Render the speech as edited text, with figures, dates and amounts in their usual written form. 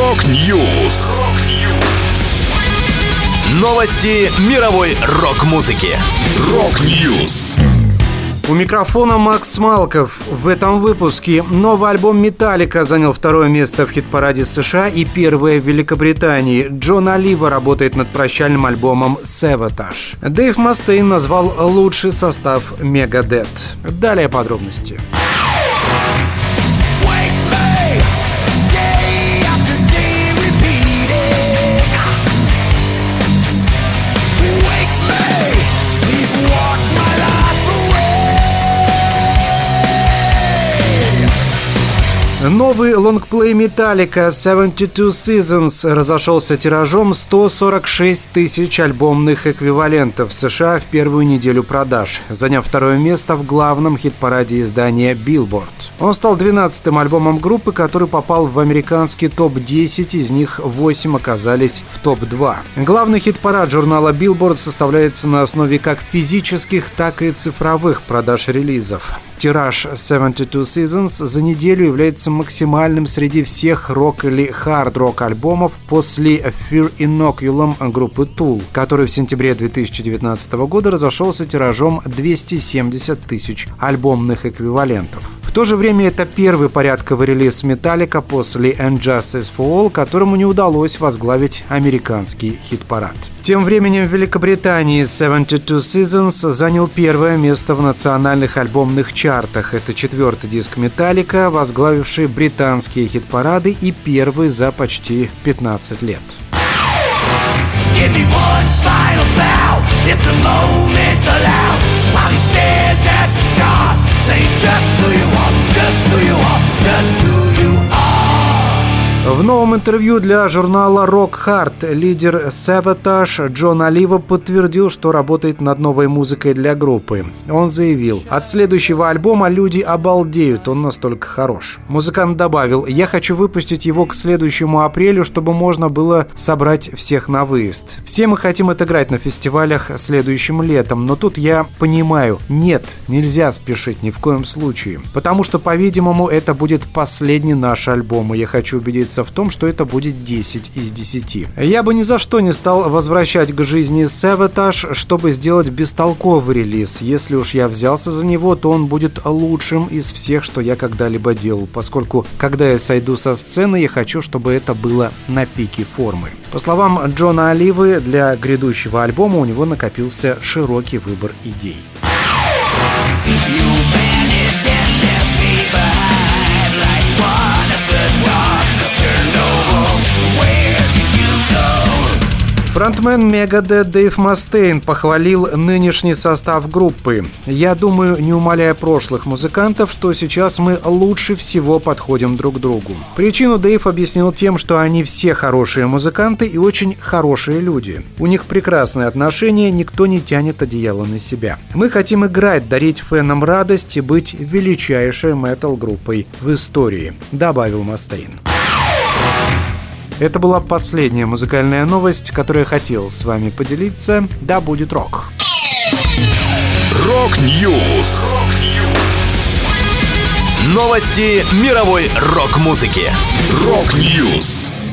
Рок-Ньюс. Новости мировой рок-музыки. Рок-Ньюс. У микрофона Макс Малков. В этом выпуске новый альбом «Металлика» занял второе место в хит-параде США и первое в Великобритании. Джон Олива работает над прощальным альбомом «Savatage». Дэйв Мастейн назвал лучший состав Megadeth. Далее подробности. Новый лонгплей «Металлика» 72 Seasons разошелся тиражом 146 тысяч альбомных эквивалентов в США в первую неделю продаж, заняв второе место в главном хит-параде издания Billboard. Он стал 12-м альбомом группы, который попал в американский топ-10, из них 8 оказались в топ-2. Главный хит-парад журнала Billboard составляется на основе как физических, так и цифровых продаж релизов. Тираж 72 Seasons за неделю является максимальным среди всех рок- или хард-рок альбомов после Fear Inoculum группы Tool, который в сентябре 2019 года разошелся тиражом 270 тысяч альбомных эквивалентов. В то же время это первый порядковый релиз Metallica после And Justice for All, которому не удалось возглавить американский хит-парад. Тем временем в Великобритании 72 Seasons занял первое место в национальных альбомных чартах. Это четвертый диск Metallica, возглавивший британские хит-парады и первый за почти 15 лет. В новом интервью для журнала Rock Hard лидер Savatage Джон Олива подтвердил, что работает над новой музыкой для группы. Он заявил: «От следующего альбома люди обалдеют, он настолько хорош». Музыкант добавил: «Я хочу выпустить его к следующему апрелю, чтобы можно было собрать всех на выезд. Все мы хотим отыграть на фестивалях следующим летом, но тут я понимаю, нет, нельзя спешить ни в коем случае, потому что, по-видимому, это будет последний наш альбом, и я хочу убедиться в том, что это будет 10 из 10. Я бы ни за что не стал возвращать к жизни Savatage, чтобы сделать бестолковый релиз. Если уж я взялся за него, то он будет лучшим из всех, что я когда-либо делал, поскольку, когда я сойду со сцены, я хочу, чтобы это было на пике формы». По словам Джона Оливы, для грядущего альбома у него накопился широкий выбор идей. Фронтмен Megadeth Дэйв Мастейн похвалил нынешний состав группы. «Я думаю, не умаляя прошлых музыкантов, что сейчас мы лучше всего подходим друг к другу». Причину Дэйв объяснил тем, что они все хорошие музыканты и очень хорошие люди. У них прекрасные отношения, никто не тянет одеяло на себя. Мы хотим играть, дарить фэнам радость и быть величайшей метал-группой в истории», — добавил Мастейн. Это была последняя музыкальная новость, которую я хотел с вами поделиться. Да будет рок! Рок-Ньюс. Новости мировой рок-музыки. Рок-Ньюс.